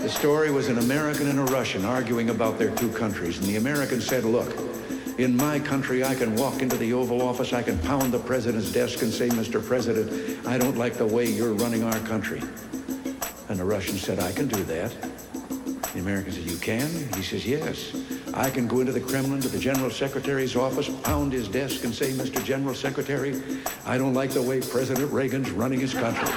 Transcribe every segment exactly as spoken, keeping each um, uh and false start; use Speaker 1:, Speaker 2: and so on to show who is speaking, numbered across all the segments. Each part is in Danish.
Speaker 1: The story was an American and a Russian arguing about their two countries. And the American said, look, in my country, I can walk into the Oval Office, I can pound the president's desk and say, Mister President, I don't like the way you're running our country. And the Russian said, I can do that. The American said, you can? He says, yes. I can go into the Kremlin to the General Secretary's office, pound his desk and say, Mister General Secretary, I don't like the way President Reagan's running his country.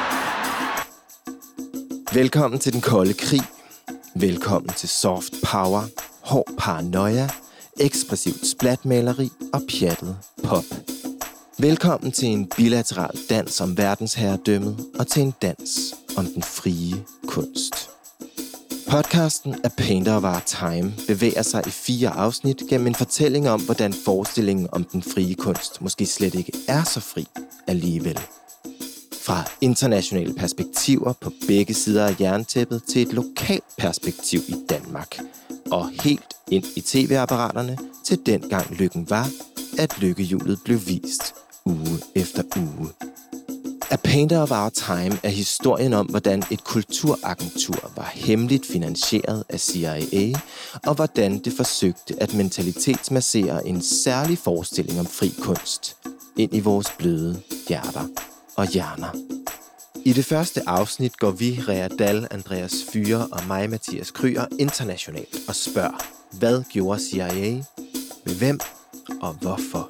Speaker 2: Velkommen til den kolde krig. Velkommen til soft power, hård paranoia, ekspressivt splatmaleri og pjattet pop. Velkommen til en bilateral dans om verdensherredømmet og til en dans om den frie kunst. Podcasten A Painter of Our Time bevæger sig i fire afsnit gennem en fortælling om, hvordan forestillingen om den frie kunst måske slet ikke er så fri alligevel. Fra internationale perspektiver på begge sider af jerntæppet til et lokalt perspektiv i Danmark. Og helt ind i tv-apparaterne til dengang lykken var, at lykkehjulet blev vist uge efter uge. A Painter of Our Time er historien om, hvordan et kulturagentur var hemmeligt finansieret af C I A, og hvordan det forsøgte at mentalitetsmassere en særlig forestilling om fri kunst ind i vores bløde hjerter og hjerner. I det første afsnit går vi, Rea Dahl, Andreas Fyre og mig, Mathias Kryer, internationalt og spørger, hvad gjorde C I A, med hvem og hvorfor?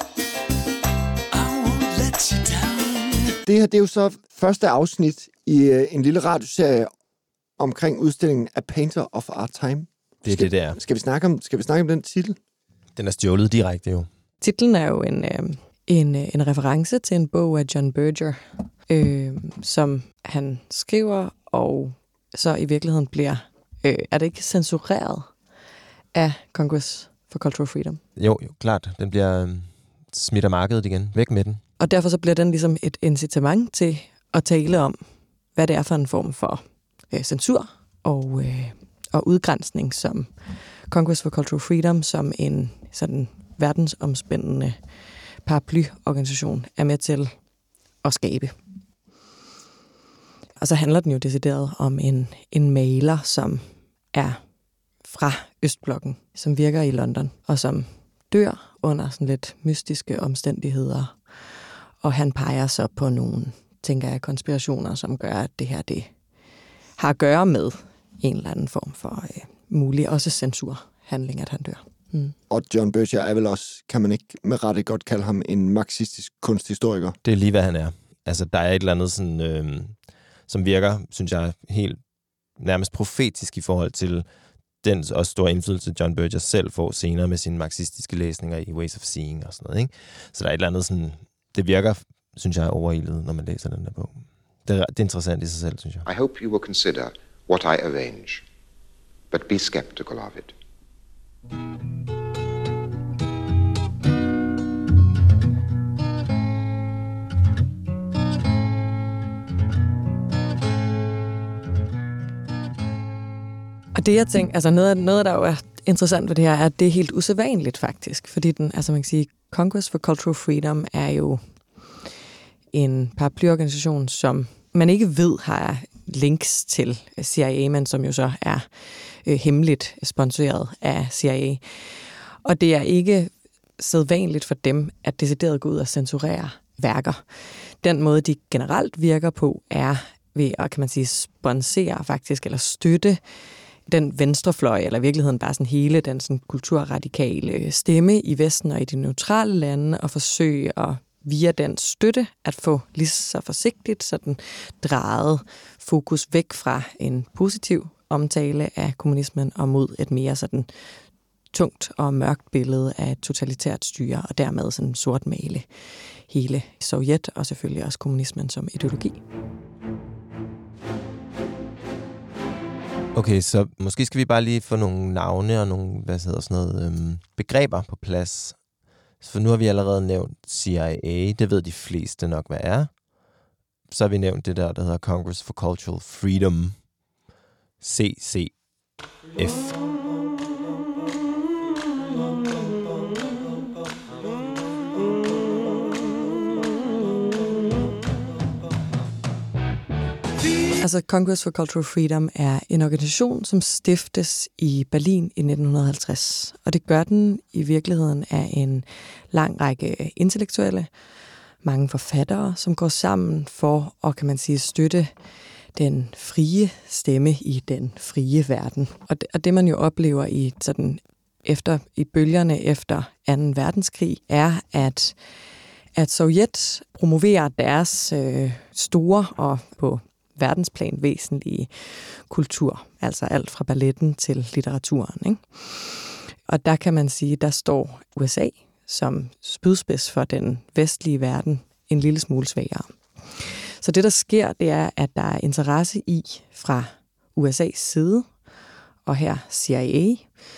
Speaker 3: Det her det er jo så første afsnit i uh, en lille radioserie omkring udstillingen A Painter of Our Time.
Speaker 4: Det er
Speaker 3: skal,
Speaker 4: det der.
Speaker 3: Skal vi snakke om, skal vi snakke om den titel?
Speaker 4: Den er stjålet direkte jo.
Speaker 5: Titlen er jo en, øh, en, øh, en reference til en bog af John Berger, øh, som han skriver, og så i virkeligheden bliver, øh, er det ikke censureret af Congress for Cultural Freedom?
Speaker 4: Jo, jo, klart. Den bliver øh, smidt af markedet igen. Væk med den.
Speaker 5: Og derfor så bliver den ligesom et incitament til at tale om, hvad det er for en form for øh, censur og, øh, og udgrænsning, som Congress for Cultural Freedom, som en sådan verdensomspændende paraplyorganisation, er med til at skabe. Og så handler den jo decideret om en, en maler, som er fra Østblokken, som virker i London, og som dør under sådan lidt mystiske omstændigheder. Og han peger så på nogle, tænker jeg, konspirationer, som gør, at det her det har at gøre med en eller anden form for øh, mulig også censurhandling, at han dør. Mm.
Speaker 3: Og John Berger er vel også, kan man ikke med rette godt kalde ham en marxistisk kunsthistoriker?
Speaker 4: Det er lige, hvad han er. Altså, der er et eller andet, sådan, øh, som virker, synes jeg, helt nærmest profetisk i forhold til den også store indflydelse, John Berger selv får senere med sine marxistiske læsninger i Ways of Seeing og sådan noget, ikke? Så der er et eller andet sådan, det virker, synes jeg, overilet, når man læser den der bog. Det er, det er interessant i sig selv, synes jeg.
Speaker 6: I hope you will consider what I arrange, but be skeptical of it.
Speaker 5: Og det, jeg tænker, altså noget, noget, der jo er interessant ved det her, er, at det er helt usædvanligt faktisk, fordi den, altså man kan sige, Congress for Cultural Freedom er jo en paraplyorganisation, som man ikke ved har links til C I A, men som jo så er øh, hemmeligt sponsoreret af C I A. Og det er ikke sædvanligt for dem, at decideret gå ud og censurere værker. Den måde, de generelt virker på, er ved at, kan man sige, sponsere faktisk, eller støtte den venstrefløj, eller i virkeligheden bare sådan hele den sådan kulturradikale stemme i Vesten og i de neutrale lande, og forsøge at via den støtte at få lige så forsigtigt sådan drejet fokus væk fra en positiv omtale af kommunismen og mod et mere sådan tungt og mørkt billede af et totalitært styre, og dermed sådan sortmale hele Sovjet og selvfølgelig også kommunismen som ideologi.
Speaker 4: Okay, så måske skal vi bare lige få nogle navne og nogle, hvad hedder sådan noget, øhm, begreber på plads. For nu har vi allerede nævnt C I A, det ved de fleste nok, hvad er. Så har vi nævnt det der, der hedder Congress for Cultural Freedom, C C F.
Speaker 7: The
Speaker 5: Altså, Congress for Cultural Freedom er en organisation, som stiftes i Berlin i nitten halvtreds. Og det gør den i virkeligheden af en lang række intellektuelle, mange forfattere, som går sammen for at, kan man sige, støtte den frie stemme i den frie verden. Og det, og det man jo oplever i sådan efter i bølgerne efter anden verdenskrig, er, at, at Sovjet promoverer deres øh, store og på verdensplan væsentlige kultur, altså alt fra balletten til litteraturen, ikke? Og der kan man sige, der står U S A som spydspids for den vestlige verden en lille smule svagere. Så det, der sker, det er, at der er interesse i fra U S A's side, og her C I A,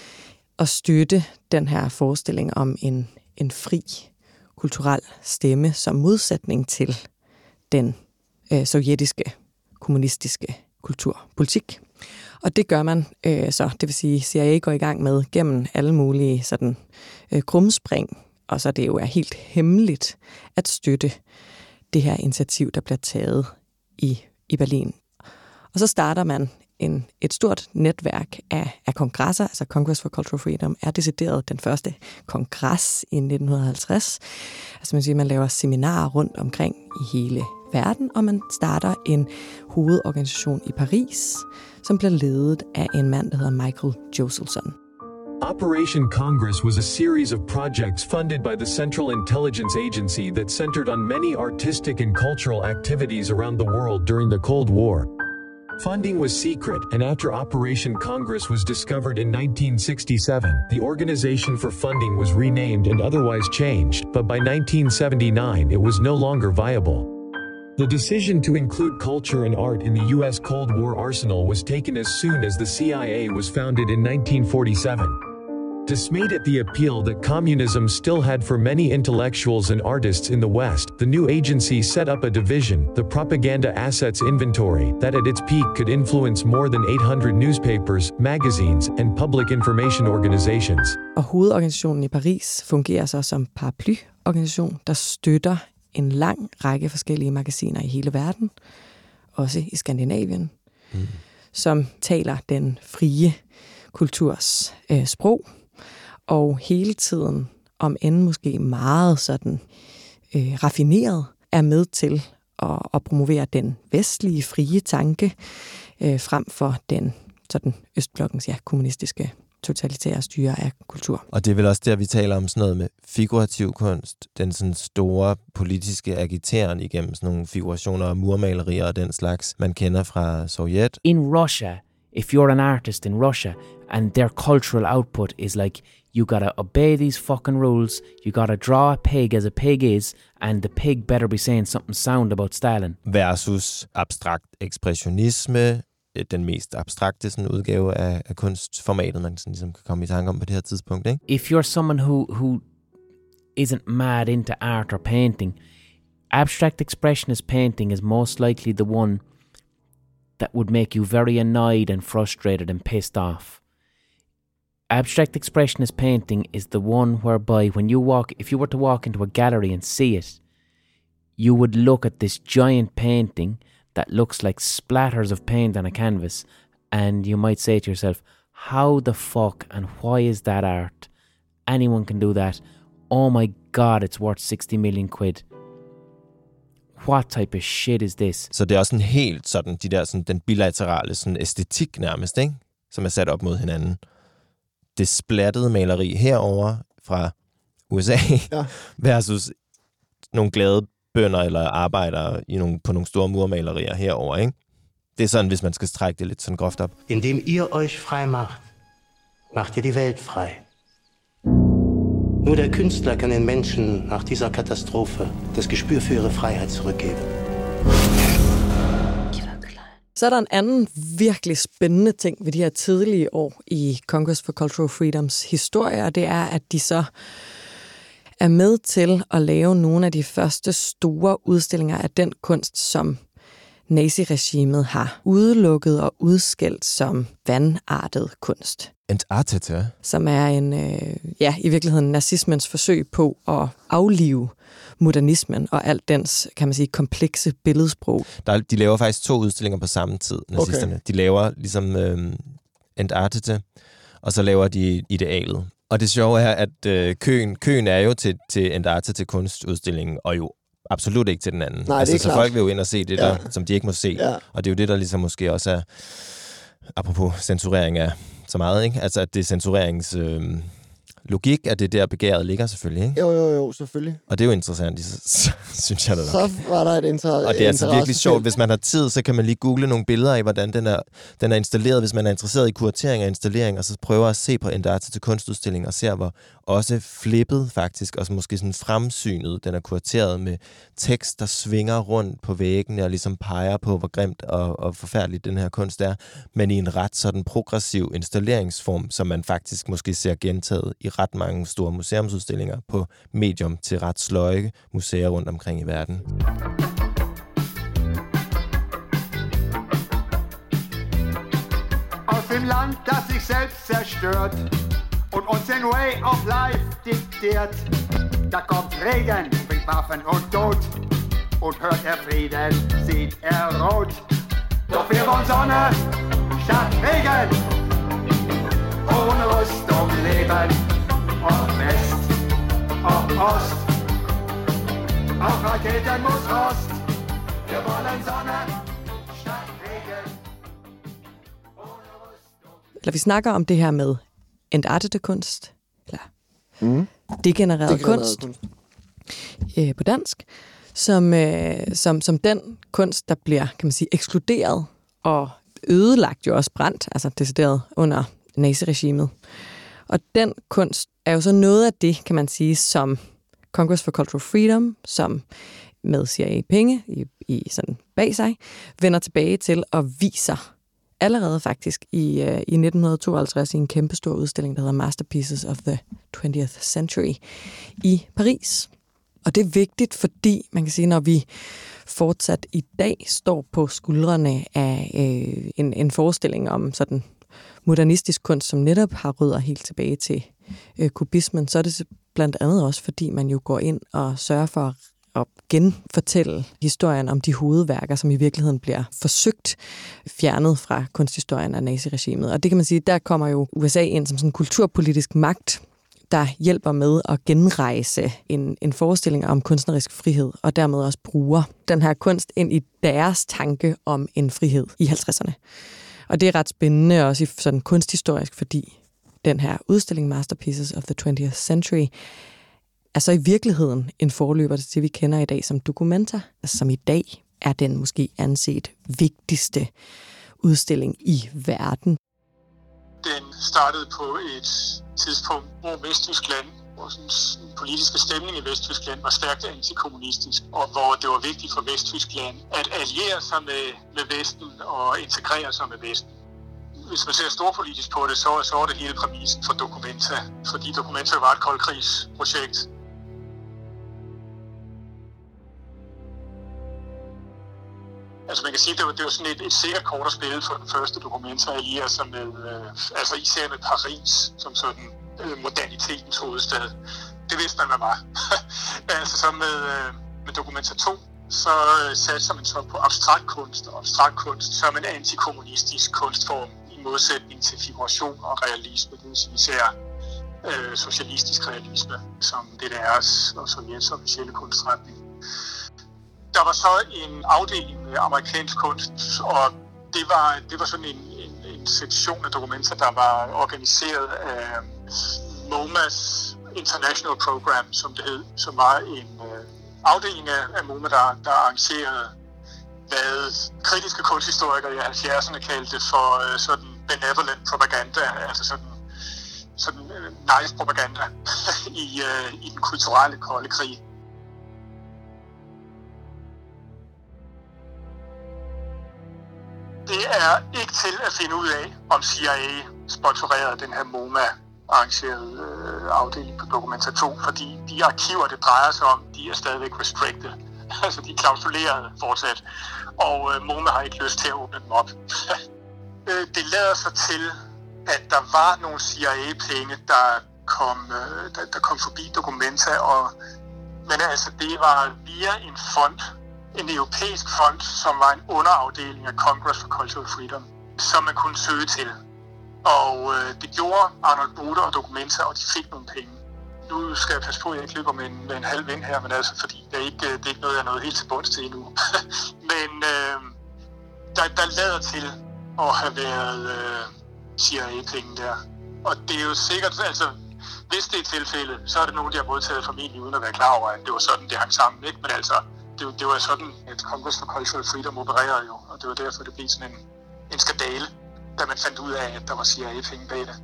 Speaker 5: at støtte den her forestilling om en, en fri kulturel stemme som modsætning til den øh, sovjetiske, kommunistiske kulturpolitik. Og det gør man øh, så, det vil sige, C I A går i gang med gennem alle mulige sådan øh, krumspring, og så det jo er helt hemmeligt at støtte det her initiativ, der bliver taget i, i Berlin. Og så starter man en, et stort netværk af, af kongresser, altså Congress for Cultural Freedom er decideret den første kongres i nitten halvtreds. Altså man siger, man laver seminarer rundt omkring i hele verden, og man starter en hovedorganisation i Paris, som bliver ledet af en mand, der hedder Michael Joselson.
Speaker 7: Operation Congress was a series of projects funded by the Central Intelligence Agency that centered on many artistic and cultural activities around the world during the Cold War. Funding was secret, and after Operation Congress was discovered in nineteen sixty-seven, the Organization for Funding was renamed and otherwise changed, but by nineteen seventy-nine it was no longer viable. The decision to include culture and art in the U S Cold War arsenal was taken as soon as the C I A was founded in nineteen forty-seven. Dismayed at the appeal that communism still had for many intellectuals and artists in the West, the new agency set up a division, the Propaganda Assets Inventory, that at its peak could influence more than eight hundred newspapers, magazines, and public information organizations.
Speaker 5: Og hovedorganisationen i Paris fungerer så som paraplyorganisation, der støtter en lang række forskellige magasiner i hele verden, også i Skandinavien, mm. som taler den frie kulturs øh, sprog, og hele tiden, om end måske meget sådan øh, raffineret, er med til at, at promovere den vestlige frie tanke øh, frem for den sådan Østblokkens ja, kommunistiske totalitære styre af kultur.
Speaker 4: Og det er vel også der, vi taler om sådan noget med figurativ kunst, den sådan store politiske agiteren igennem sådan nogle figurationer og murmalerier og den slags, man kender fra Sovjet.
Speaker 8: In Russia, if you're an artist in Russia, and their cultural output is like, you gotta obey these fucking rules, you gotta draw a pig as a pig is, and the pig better be saying something sound about Stalin.
Speaker 4: Versus abstrakt ekspressionisme, den mest abstrakte sådan udgave af, af kunstformatet, man sådan ligesom kan komme i tanke om på det her tidspunkt, ikke?
Speaker 8: If you're someone who, who isn't mad into art or painting, abstract expressionist painting is most likely the one that would make you very annoyed and frustrated and pissed off. Abstract expressionist painting is the one whereby when you walk, if you were to walk into a gallery and see it, you would look at this giant painting that looks like splatters of paint on a canvas, and you might say to yourself, how the fuck and why is that art? Anyone can do that. Oh my god, it's worth sixty million quid. What type of shit is this?
Speaker 4: Så det er også en helt sådan, de der sådan, den bilaterale sådan æstetik nærmest, ikke? Som er sat op mod hinanden. Det splattede maleri herover fra U S A ja. versus nogle glade bønder eller arbejdere i nogle, på nogle store murmalerier herover, ikke? Det er sådan, hvis man skal strække det lidt sådan groft op.
Speaker 9: Indem ihr euch frei macht, macht ihr die Welt frei. Nur der Künstler kann den Menschen nach dieser Katastrophe das Gespür für ihre Freiheit zurückgeben.
Speaker 5: Så er der en anden virkelig spændende ting ved de her tidlige år i Congress for Cultural Freedoms historie, og det er, at de så er med til at lave nogle af de første store udstillinger af den kunst, som naziregimet har udelukket og udskældt som vanartet kunst.
Speaker 4: Entartete?
Speaker 5: Som er en, øh, ja, i virkeligheden nazismens forsøg på at aflive modernismen og alt dens, kan man sige, komplekse billedsprog.
Speaker 4: Der, de laver faktisk to udstillinger på samme tid, nazisterne. Okay. De laver ligesom øh, Entartete, og så laver de Idealet. Og det sjove er, at øh, køen, køen er jo til, til Entartete kunstudstillingen, og jo absolut ikke til den anden.
Speaker 3: Nej,
Speaker 4: altså,
Speaker 3: det er
Speaker 4: så
Speaker 3: klart.
Speaker 4: folk vil jo ind og se det,
Speaker 3: ja.
Speaker 4: der, som de ikke må se.
Speaker 3: Ja.
Speaker 4: Og det er jo det, der ligesom måske også er, apropos censurering af så meget, ikke? Altså, at det er censureringens øh, logik, at det er der begæret ligger selvfølgelig, ikke?
Speaker 3: Jo, jo, jo, selvfølgelig.
Speaker 4: Og det er jo interessant, synes jeg da nok.
Speaker 3: Så var der et inter-
Speaker 4: Og det er altså virkelig sjovt, hvis man har tid, så kan man lige google nogle billeder af, hvordan den er, den er installeret, hvis man er interesseret i kuratering og installering, og så prøver at se på Entartete kunstudstilling, og ser, hvor også flippet faktisk, og så måske sådan fremsynet, den er kurateret med tekst, der svinger rundt på væggene, og ligesom peger på, hvor grimt og, og forfærdeligt den her kunst er, men i en ret sådan progressiv installeringsform, som man faktisk måske ser gentaget i ret mange store museumsudstillinger på medium til ret sløje museer rundt omkring i verden.
Speaker 10: Aus dem Land, das sich selbst zerstört und uns den way of life diktiert, da kommt Regen, bringt Waffen und Tod und hört er Frieden, sieht er rot. Doch wir wollen Sonne statt Regen, ohne Rüstung leben, ob West, ob Ost, auch Raketen muss Rost. Wir wollen Sonne statt Regen.
Speaker 5: Eller vi snakker om det her med entartete kunst, eller mm. degenereret, degenereret kunst, kunst. Øh, på dansk, som, øh, som, som den kunst, der bliver, kan man sige, ekskluderet og ødelagt, jo også brændt, altså decideret under naziregimet. Og den kunst er jo så noget af det, kan man sige, som Congress for Cultural Freedom, som med C I A-penge i, i sådan bag sig, vender tilbage til og viser allerede faktisk i, uh, i nitten tooghalvtreds i en kæmpestor udstilling, der hedder Masterpieces of the twentieth century i Paris. Og det er vigtigt, fordi man kan sige, når vi fortsat i dag står på skuldrene af øh, en, en forestilling om sådan modernistisk kunst, som netop har rødder helt tilbage til øh, kubismen, så er det blandt andet også, fordi man jo går ind og sørger for at genfortælle historien om de hovedværker, som i virkeligheden bliver forsøgt fjernet fra kunsthistorien af naziregimet. Og det kan man sige, der kommer jo U S A ind som sådan en kulturpolitisk magt, der hjælper med at genrejse en, en forestilling om kunstnerisk frihed, og dermed også bruger den her kunst ind i deres tanke om en frihed i halvtredserne. Og det er ret spændende også sådan kunsthistorisk, fordi den her udstilling Masterpieces of the twentieth century er så i virkeligheden en forløber til det, vi kender i dag som Documenta, altså som i dag er den måske anset vigtigste udstilling i verden.
Speaker 11: Den startede på et tidspunkt, hvor Vesttyskland, hvor den politiske stemning i Vesttyskland var stærkt antikommunistisk, og hvor det var vigtigt for Vesttyskland at alliere sig med, med Vesten og integrere sig med Vesten. Hvis man ser storpolitisk på det, så, så er det hele præmissen for Documenta, fordi Documenta var et koldkrigsprojekt. Altså man kan sige, at det var, det var sådan et, et sikkert kort at spille for den første Documenta allierer sig med, øh, altså især med Paris, som sådan øh, modernitetens hovedstad. Det vidste man, hvad var. altså så med, øh, med Documenta to, så øh, satser man så på abstrakt kunst, og abstrakt kunst som en antikommunistisk kunstform i modsætning til figuration og realisme, det vil sige især øh, socialistisk realisme, som D D R's og Sovjets officielle kunstretning. Der var så en afdeling med amerikansk kunst, og det var, det var sådan en, en, en sektion af Documenta, der var organiseret af MoMA's International Program, som det hed, som var en øh, afdeling af, af MoMA, der, der arrangerede, hvad kritiske kunsthistorikere i halvfjerdserne kaldte for øh, sådan benevolent propaganda, altså sådan, sådan øh, nice propaganda i, øh, i den kulturelle kolde krig. Det er ikke til at finde ud af, om C I A sponsorerede den her MoMA-arrangerede øh, afdeling på Documenta to, fordi de arkiver, det drejer sig om, de er stadigvæk restricted. Altså, de er klausulerede fortsat, og øh, MoMA har ikke lyst til at åbne dem op. det lader sig til, at der var nogle C I A-penge, der kom, øh, der, der kom forbi Documenta, og, men altså det var via en fond, en europæisk fond, som var en underafdeling af Congress for Cultural Freedom, som man kunne søge til. Og øh, det gjorde Arnold Bode og Documenta, og de fik nogle penge. Nu skal jeg passe på, at jeg ikke løber med en, med en halv vind her, men altså, fordi det er ikke, det er ikke noget, jeg er nået helt til bunds til endnu. men øh, der, der lader til at have været øh, C I A-penge der. Og det er jo sikkert, altså, hvis det er tilfældet, så er det nogen, der har modtaget familie uden at være klar over, at det var sådan, det hang sammen, ikke? Men altså, det, det var sådan, at Congress for Cultural Freedom opererede jo, og det var derfor, det blev sådan en, en skandale, da man fandt ud af, at der var C I A-penge bag det.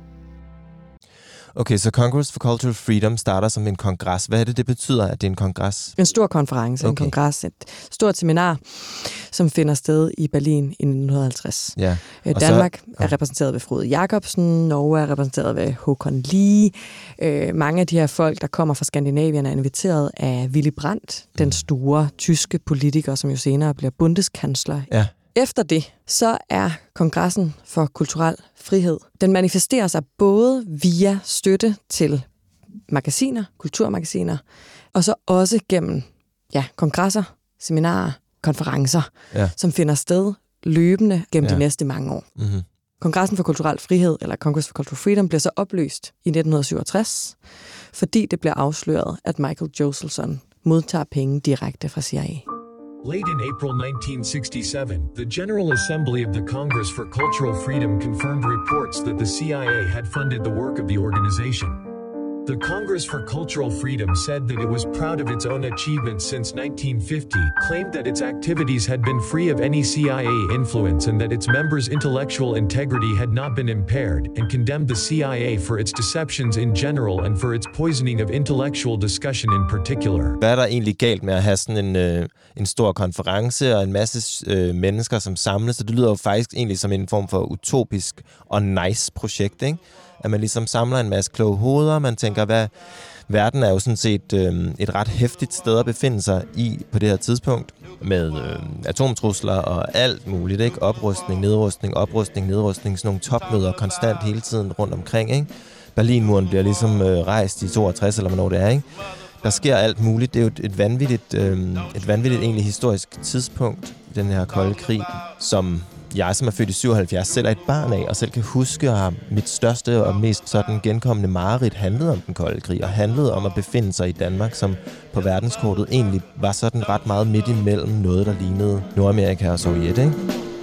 Speaker 4: Okay, så Congress for Cultural Freedom starter som en kongres. Hvad er det, det betyder, at det er en kongres?
Speaker 5: En stor konference, okay. En kongres, et stort seminar, som finder sted i Berlin i nitten halvtreds.
Speaker 4: Ja.
Speaker 5: Danmark
Speaker 4: så,
Speaker 5: er ja. repræsenteret ved Frode Jacobsen, Norge er repræsenteret ved Håkon Lie. Øh, mange af de her folk, der kommer fra Skandinavien, er inviteret af Willy Brandt, mm. den store tyske politiker, som jo senere bliver bundeskansler.
Speaker 4: Ja.
Speaker 5: Efter det, så er Kongressen for Kulturel Frihed. Den manifesterer sig både via støtte til magasiner, kulturmagasiner, og så også gennem ja, kongresser, seminarer, konferencer, ja. som finder sted løbende gennem ja. de næste mange år. Mm-hmm. Kongressen for Kulturel Frihed, eller Congress for Cultural Freedom, bliver så opløst i nitten syvogtres, fordi det bliver afsløret, at Michael Joselson modtager penge direkte fra C I A.
Speaker 7: Late in April nineteen sixty-seven, the General Assembly of the Congress for Cultural Freedom confirmed reports that the C I A had funded the work of the organization. The Congress for Cultural Freedom said that it was proud of its own achievements since nineteen fifty, claimed that its activities had been free of any C I A influence and that its members' intellectual integrity had not been impaired, and condemned the C I A for its deceptions in general and for its poisoning of intellectual discussion in particular.
Speaker 4: Hvad er der egentlig galt med at have sådan en, øh, en stor konference og en masse øh, mennesker, som samles? Så det lyder jo faktisk egentlig som en form for utopisk og nice projekt, ikke? At man ligesom samler en masse kloge hoveder. Man tænker, hvad verden er jo sådan set øh, et ret hæftigt sted at befinde sig i på det her tidspunkt. Med øh, atomtrusler og alt muligt, ikke? Oprustning, nedrustning, oprustning, nedrustning. Sådan nogle topmøder konstant hele tiden rundt omkring, ikke? Berlinmuren bliver ligesom øh, rejst i toogtres, eller hvornår det er, ikke? Der sker alt muligt. Det er jo et, et vanvittigt, øh, et vanvittigt egentlig historisk tidspunkt i den her kolde krig, som jeg, som er født i syvoghalvfjerds, selv er et barn af, og selv kan huske, at mit største og mest sådan genkommende mareridt handlede om den kolde krig, og handlede om at befinde sig i Danmark, som på verdenskortet egentlig var sådan ret meget midt imellem noget, der lignede Nordamerika og Sovjet, ikke?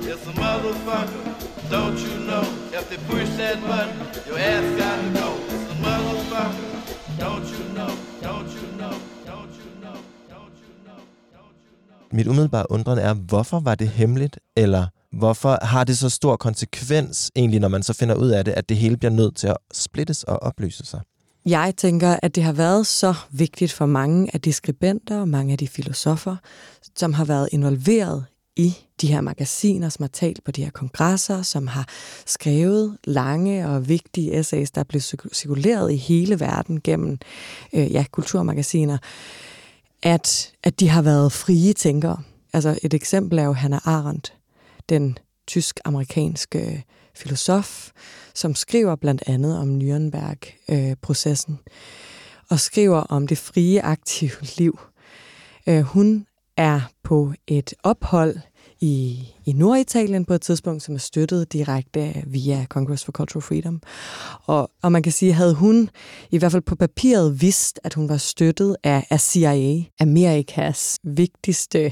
Speaker 4: Mit umiddelbare undren er, hvorfor var det hemmeligt, eller hvorfor har det så stor konsekvens egentlig, når man så finder ud af det, at det hele bliver nødt til at splittes og opløse sig?
Speaker 5: Jeg tænker, at det har været så vigtigt for mange af de skribenter og mange af de filosofer, som har været involveret i de her magasiner, som har talt på de her kongresser, som har skrevet lange og vigtige essays, der er blevet cirkuleret i hele verden gennem øh, ja, kulturmagasiner, at, at de har været frie tænkere. Altså et eksempel er jo Hannah Arendt, den tysk-amerikanske filosof, som skriver blandt andet om Nürnberg-processen, og skriver om det frie, aktive liv. Hun er på et ophold i, i Norditalien på et tidspunkt, som er støttet direkte via Congress for Cultural Freedom. Og, og man kan sige, havde hun i hvert fald på papiret vidst, at hun var støttet af, af C I A, Amerikas vigtigste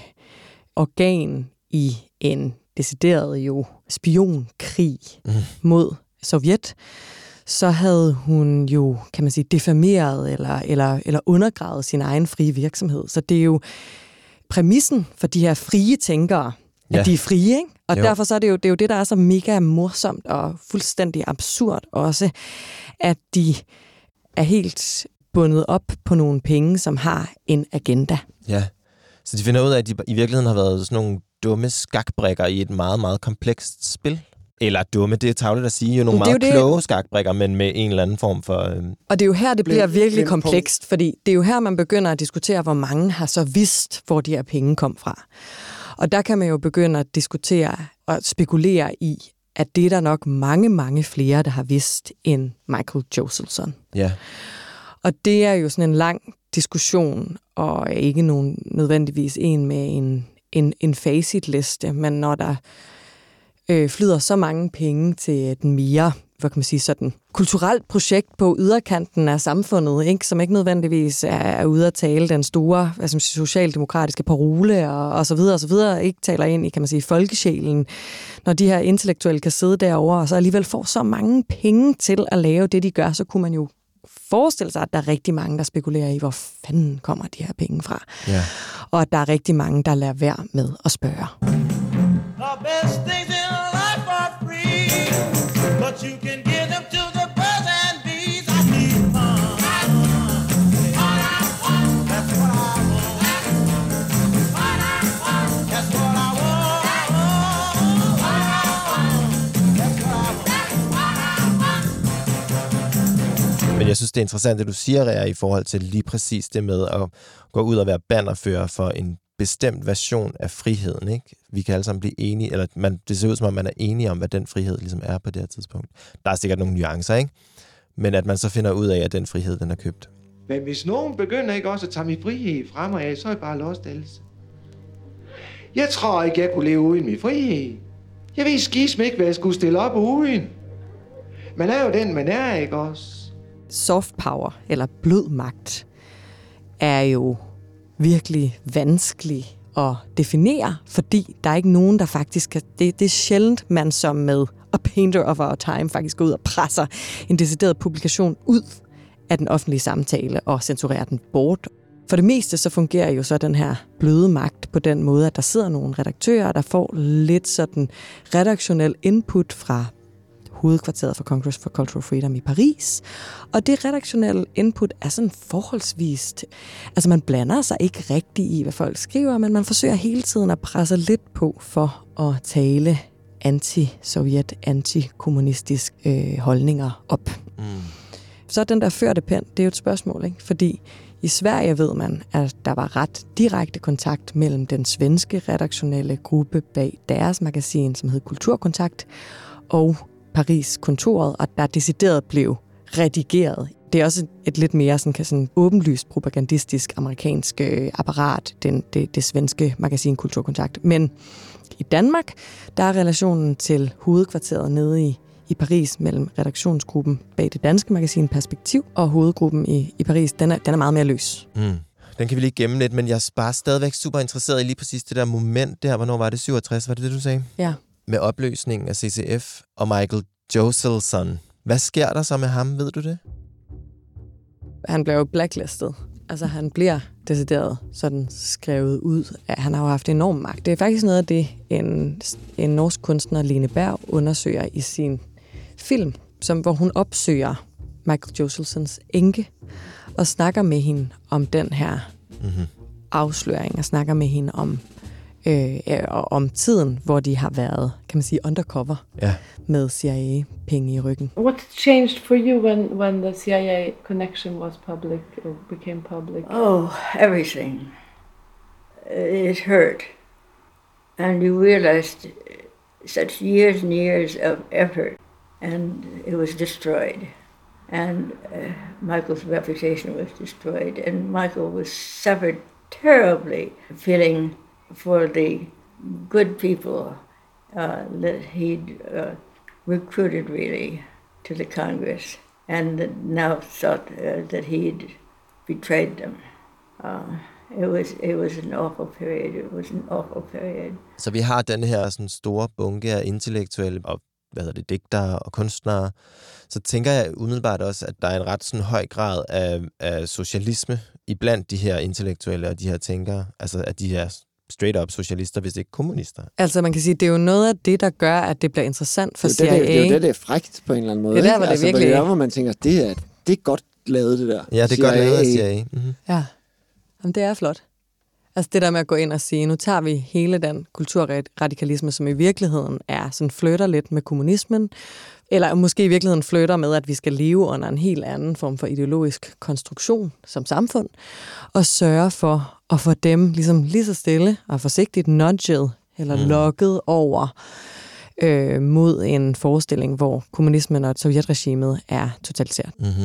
Speaker 5: organ i en decideret jo spionkrig mm. mod Sovjet, så havde hun jo, kan man sige, diffameret eller, eller, eller undergravet sin egen frie virksomhed. Så det er jo præmissen for de her frie tænkere, at ja. de er frie, ikke? Og jo. derfor så er det, jo, det er jo det, der er så mega morsomt og fuldstændig absurd også, at de er helt bundet op på nogle penge, som har en agenda.
Speaker 4: Ja, så de finder ud af, at de i virkeligheden har været sådan nogle dumme skakbrikker i et meget, meget komplekst spil. Eller dumme, det er tavligt at sige, jo nogle meget kloge det. skakbrikker, men med en eller anden form for... Øhm...
Speaker 5: Og det er jo her, det bliver virkelig komplekst, fordi det er jo her, man begynder at diskutere, hvor mange har så vidst, hvor de her penge kom fra. Og der kan man jo begynde at diskutere og spekulere i, at det er der nok mange, mange flere, der har vidst end Michael Joselson.
Speaker 4: Ja.
Speaker 5: Og det er jo sådan en lang diskussion, og ikke nogen, nødvendigvis en med en, en, en facitliste, men når der øh, flyder så mange penge til den mere, hvad kan man sige, sådan kulturelt projekt på yderkanten af samfundet, ikke, som ikke nødvendigvis er, er ude at tale den store altså, socialdemokratiske parole og, og så videre og så videre, ikke taler ind i, kan man sige, folkesjælen, når de her intellektuelle kan sidde derovre og så alligevel får så mange penge til at lave det, de gør, så kunne man jo forestille sig, at der er rigtig mange, der spekulerer i, hvor fanden kommer de her penge fra.
Speaker 4: Ja.
Speaker 5: Og at der er rigtig mange, der lader være med at spørge. But you can give them to the birds and bees. I keep on. That's what I want. That's what I want. That's what I want. Men jeg synes, det er interessant, det du siger, Rea, i forhold til lige præcis det med at gå ud og være bannerfører for en bestemt version af friheden, ikke? Vi kan alle sammen blive enige, eller man, det ser ud som om, man er enige om, hvad den frihed ligesom er på det her tidspunkt. Der er sikkert nogle nuancer, ikke? Men at man så finder ud af, at den frihed, den er købt.
Speaker 12: Men hvis nogen begynder ikke også at tage min frihed fra mig af, så er jeg bare låstelse. Jeg tror ikke, jeg kunne leve uden min frihed. Jeg ved skisme ikke, hvad jeg skulle stille op uden. Man er jo den, man er, ikke også?
Speaker 5: Soft power, eller blød magt, er jo virkelig vanskelig at definere, fordi der er ikke nogen, der faktisk kan... Det, det er sjældent, man som med A Painter of Our Time faktisk går ud og presser en decideret publikation ud af den offentlige samtale og censurerer den bort. For det meste så fungerer jo så den her bløde magt på den måde, at der sidder nogle redaktører, der får lidt sådan redaktionel input fra hovedkvarteret for Congress for Cultural Freedom i Paris. Og det redaktionelle input er sådan forholdsvist. Altså man blander sig ikke rigtig i, hvad folk skriver, men man forsøger hele tiden at presse lidt på for at tale anti-sovjet, anti-kommunistisk øh, holdninger op. Mm. Så den der førte pen, det er jo et spørgsmål, ikke? Fordi i Sverige ved man, at der var ret direkte kontakt mellem den svenske redaktionelle gruppe bag deres magasin, som hed Kulturkontakt, og Paris-kontoret, og der decideret blev redigeret. Det er også et lidt mere sådan, kan sådan åbenlyst propagandistisk amerikansk øh, apparat, den, det, det svenske magasin Kulturkontakt. Men i Danmark, der er relationen til hovedkvarteret nede i, i Paris mellem redaktionsgruppen bag det danske magasin Perspektiv og hovedgruppen i, i Paris, den er, den er meget mere løs.
Speaker 4: Mm. Den kan vi lige gemme lidt, men jeg er bare stadigvæk super interesseret i lige præcis det der moment der. Hvornår var det? syvogtres, var det det, du sagde?
Speaker 5: Ja.
Speaker 4: Med opløsningen af C C F og Michael Joselson. Hvad sker der så med ham, ved du det?
Speaker 5: Han bliver jo blacklisted. Altså han bliver decideret sådan skrevet ud. Han har jo haft enorm magt. Det er faktisk noget af det, en, en norsk kunstner, Lene Berg, undersøger i sin film, som, hvor hun opsøger Michael Joselsons enke og snakker med hende om den her mm-hmm. afsløring, og snakker med hende om Øh, og om tiden, hvor de har været, kan man sige, undercover
Speaker 4: yeah.
Speaker 5: med C I A-penge i ryggen.
Speaker 13: What changed for you when, when the C I A connection was public or became public?
Speaker 14: Oh, everything. It hurt. And you realized such years and years of effort, and it was destroyed. And uh, Michael's reputation was destroyed, and Michael was suffered terribly, feeling for the good people uh, that he'd uh, recruited really to the Congress, and that now thought uh, that he'd betrayed them. Uh, it was it was an awful period. It was an awful period.
Speaker 4: Så vi har den her sådan store bunke af intellektuelle og hvad hedder det, digtere og kunstnere. Så tænker jeg umiddelbart også, at der er en ret sådan høj grad af, af socialisme iblandt de her intellektuelle og de her tænkere, altså at de her straight up socialister, hvis det ikke kommunister.
Speaker 5: Altså man kan sige, det er jo noget af det, der gør, at det bliver interessant for
Speaker 3: det
Speaker 5: C I A.
Speaker 3: Det, det, det er jo det, det er frækt på en eller anden måde.
Speaker 5: Det er der, hvor det
Speaker 3: altså,
Speaker 5: virkelig...
Speaker 3: Det er der, hvor man tænker, det er, det er godt lavet, det der.
Speaker 4: Ja, det er godt lavet af C I A. Mm-hmm.
Speaker 5: Ja, jamen, det er flot. Altså det der med at gå ind og sige, nu tager vi hele den kulturradikalisme, som i virkeligheden er sådan flytter lidt med kommunismen, eller måske i virkeligheden flytter med, at vi skal leve under en helt anden form for ideologisk konstruktion som samfund, og sørge for at få dem ligesom lige så stille og forsigtigt nudget eller mm. lokket over øh, mod en forestilling, hvor kommunismen og sovjetregimet er totalitært.
Speaker 4: Mm-hmm.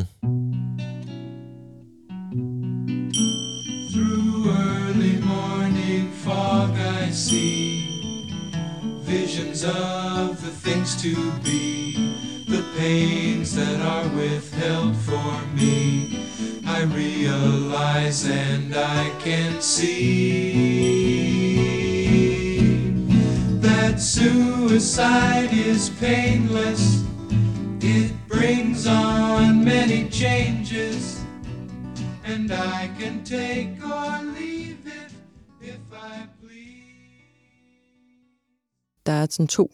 Speaker 15: Through early morning fog I see visions of the things to be, the pains that are withheld for me. I realize and I can see that suicide is painless. It brings on many changes, and I can take or leave it if I please.
Speaker 5: Der er sådan to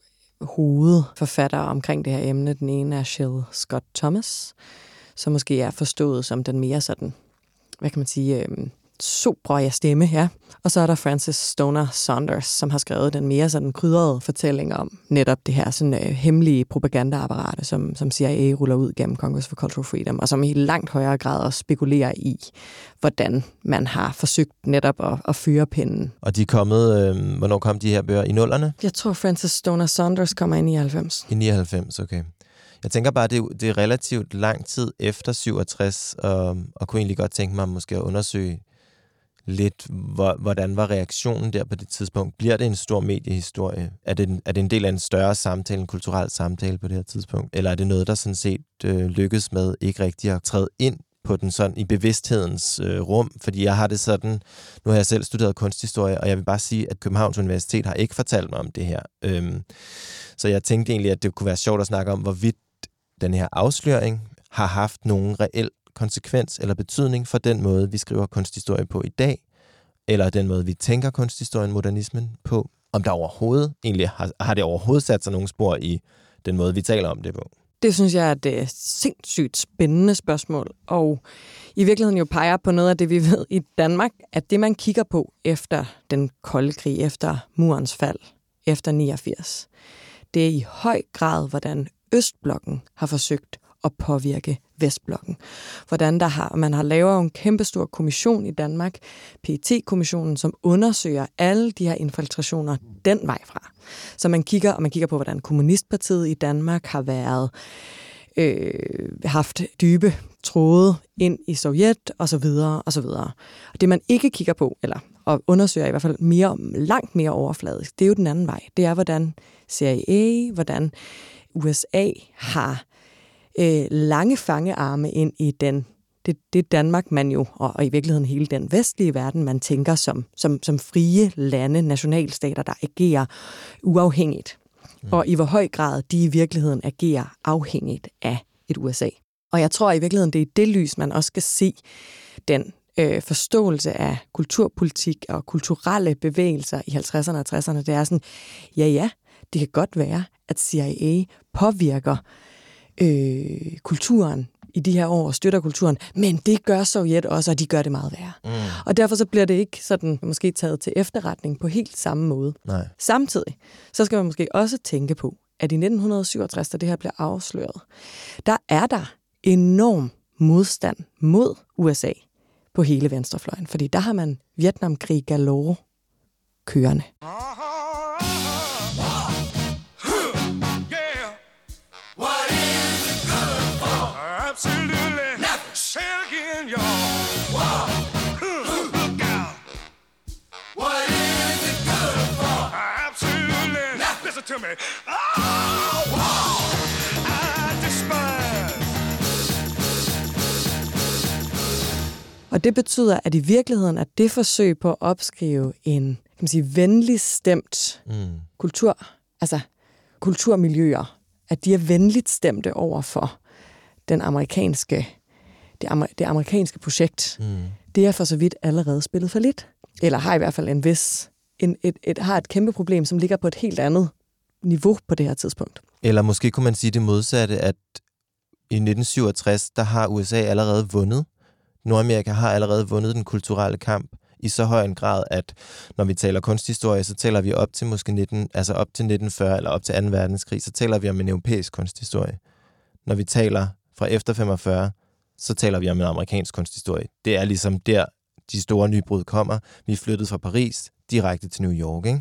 Speaker 5: hovedforfattere omkring det her emne. Den ene er Jill Scott Thomas, som måske er forstået som den mere sådan, hvad kan man sige, øh, sobre stemme, ja. Og så er der Frances Stoner Saunders, som har skrevet den mere sådan krydrede fortælling om netop det her sådan øh, hemmelige propagandaapparat, som, som C I A ruller ud gennem Congress for Cultural Freedom, og som i langt højere grad også spekulerer i, hvordan man har forsøgt netop at, at føre pinden.
Speaker 4: Og de er kommet, øh, hvornår kom de her bøger? I nullerne?
Speaker 5: Jeg tror, Frances Stoner Saunders kommer i nioghalvfems.
Speaker 4: I nioghalvfems, okay. Jeg tænker bare, det er, det er relativt lang tid efter syvogtres, og, og kunne egentlig godt tænke mig måske at undersøge lidt, hvor, hvordan var reaktionen der på det tidspunkt? Bliver det en stor mediehistorie? Er det, er det en del af en større samtale, en kulturel samtale på det her tidspunkt? Eller er det noget, der sådan set øh, lykkes med ikke rigtig at træde ind på den sådan i bevidsthedens øh, rum? Fordi jeg har det sådan, nu har jeg selv studeret kunsthistorie, og jeg vil bare sige, at Københavns Universitet har ikke fortalt mig om det her. Øhm, så jeg tænkte egentlig, at det kunne være sjovt at snakke om, hvorvidt den her afsløring har haft nogen reel konsekvens eller betydning for den måde, vi skriver kunsthistorie på i dag, eller den måde, vi tænker kunsthistorien, modernismen på. Om der overhovedet, egentlig har, har det overhovedet sat sig nogle spor i den måde, vi taler om det på?
Speaker 5: Det synes jeg er et sindssygt spændende spørgsmål, og i virkeligheden jo peger på noget af det, vi ved i Danmark, at det, man kigger på efter den kolde krig, efter murens fald, efter niogfirs, det er i høj grad, hvordan Østblokken har forsøgt at påvirke Vestblokken. Hvordan der har, man har lavet en kæmpestor kommission i Danmark, P E T-kommissionen, som undersøger alle de her infiltrationer den vej fra. Så man kigger, og man kigger på, hvordan Kommunistpartiet i Danmark har været øh, haft dybe tråde ind i Sovjet, og så videre, og så videre. Og det, man ikke kigger på, eller og undersøger i hvert fald mere, langt mere overfladisk, det er jo den anden vej. Det er, hvordan C I A, hvordan U S A har øh, lange fangearme ind i den, det, det Danmark, man jo, og, og i virkeligheden hele den vestlige verden, man tænker som, som, som frie lande, nationalstater, der agerer uafhængigt. Mm. Og i hvor høj grad de i virkeligheden agerer afhængigt af et U S A. Og jeg tror i virkeligheden, det er i det lys, man også skal se den øh, forståelse af kulturpolitik og kulturelle bevægelser i halvtredserne og tresserne. Det er sådan, ja ja, det kan godt være, at C I A påvirker øh, kulturen i de her år og støtter kulturen, men det gør Sovjet også, og de gør det meget værre. Mm. Og derfor så bliver det ikke sådan måske taget til efterretning på helt samme måde.
Speaker 4: Nej.
Speaker 5: Samtidig så skal man måske også tænke på, at i nitten syvogtres, da det her bliver afsløret, der er der enorm modstand mod U S A på hele venstrefløjen, fordi der har man Vietnamkrig galore kørende.
Speaker 15: To me. Oh, wow. I despise.
Speaker 5: Og det betyder, at i virkeligheden er det forsøg på at opskrive en, kan man sige, venlig stemt mm. kultur, altså kulturmiljøer, at de er venligt stemte over for den amerikanske, det, amer, det amerikanske projekt. Mm. Det er for så vidt allerede spillet for lidt. Eller har i hvert fald en vis, en, et, et, har et kæmpe problem, som ligger på et helt andet niveau på det her tidspunkt.
Speaker 4: Eller måske kunne man sige det modsatte, at i nitten syvogtres, der har U S A allerede vundet. Nordamerika har allerede vundet den kulturelle kamp i så høj en grad, at når vi taler kunsthistorie, så taler vi op til måske nitten, altså op til nitten fyrre eller op til anden verdenskrig, så taler vi om en europæisk kunsthistorie. Når vi taler fra efter femogfyrre, så taler vi om en amerikansk kunsthistorie. Det er ligesom der, de store nybrud kommer. Vi er flyttet fra Paris direkte til New York, ikke?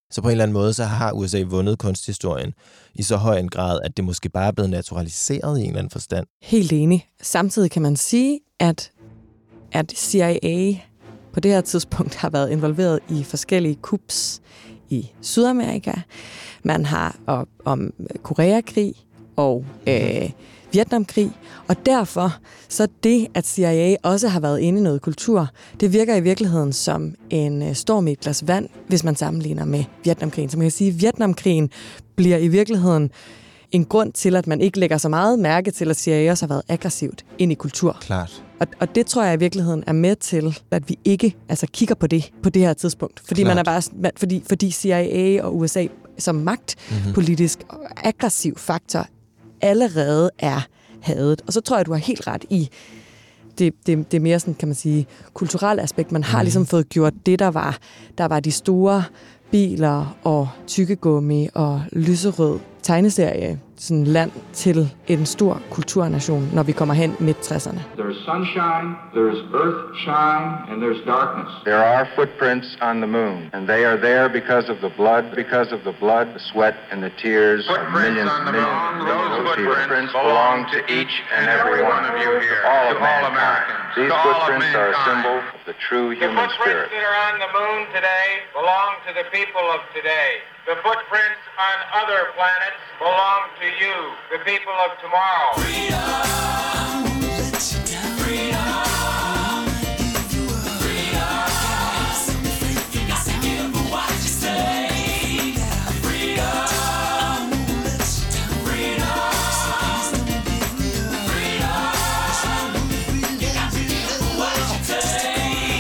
Speaker 4: Så på en eller anden måde, så har U S A vundet kunsthistorien i så høj en grad, at det måske bare er blevet naturaliseret i en eller anden forstand.
Speaker 5: Helt enig. Samtidig kan man sige, at, at C I A på det her tidspunkt har været involveret i forskellige coups i Sydamerika. Man har om, om Koreakrig og øh, Vietnamkrig, og derfor så det, at C I A også har været inde i noget kultur, det virker i virkeligheden som en storm i et glas vand, hvis man sammenligner med Vietnamkrigen. Så man kan sige, at Vietnamkrigen bliver i virkeligheden en grund til, at man ikke lægger så meget mærke til, at C I A også har været aggressivt ind i kultur.
Speaker 4: Klart.
Speaker 5: Og, og det tror jeg i virkeligheden er med til, at vi ikke altså, kigger på det på det her tidspunkt. Fordi, man er bare, fordi, fordi C I A og U S A som magtpolitisk mm-hmm. aggressiv faktor allerede er hadet. Og så tror jeg, du har helt ret i det, det, det mere sådan, kan man sige, kulturelle aspekt. Man har mm. ligesom fået gjort det, der var, der var de store biler og tykkegummi og lyserød tegneserie, sådan land til en stor kulturnation, når vi kommer hen midt tresserne.
Speaker 16: There's sunshine, there's earth shine, and there's darkness.
Speaker 17: There are footprints on the moon, and they are there because of the blood, because of the blood, the sweat, and the tears of millions and millions. Those footprints belong to each and every one of you here, all of mankind. These footprints are a symbol of the true human spirit.
Speaker 18: The footprints that are on the moon today belong to the people of today. The footprints on other planets belong to you, the people of tomorrow. Freedom, let you down. Freedom, give you a freedom. You got to give what you say. Freedom, let you down. Freedom, freedom. You got to give what you say.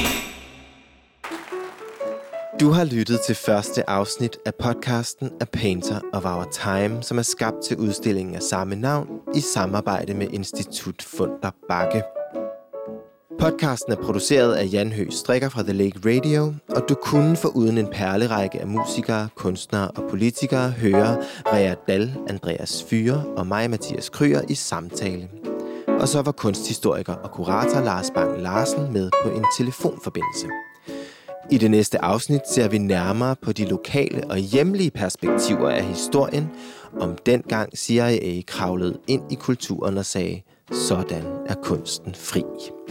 Speaker 2: Du har lyttet til første afsnit af podcasten A Painter of Our Time, som er skabt til udstillingen af samme navn i samarbejde med Institut Funder Bakke. Podcasten er produceret af Jan Høgh Strikker fra The Lake Radio, og du kunne foruden en perlerække af musikere, kunstnere og politikere høre Rea Dahl, Andreas Fyre og mig, Mathias Kryer, i samtale. Og så var kunsthistoriker og kurator Lars Bang Larsen med på en telefonforbindelse. I det næste afsnit ser vi nærmere på de lokale og hjemlige perspektiver af historien, om dengang C I A kravlede ind i kulturen og sagde, sådan er kunsten fri.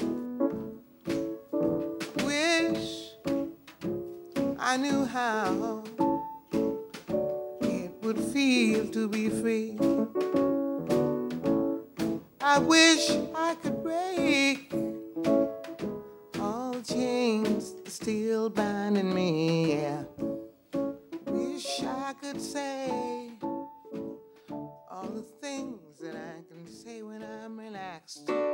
Speaker 19: Wish I knew how it would feel to be free. I wish I could break all chains still binding me, yeah. Wish I could say all the things that I can say when I'm relaxed.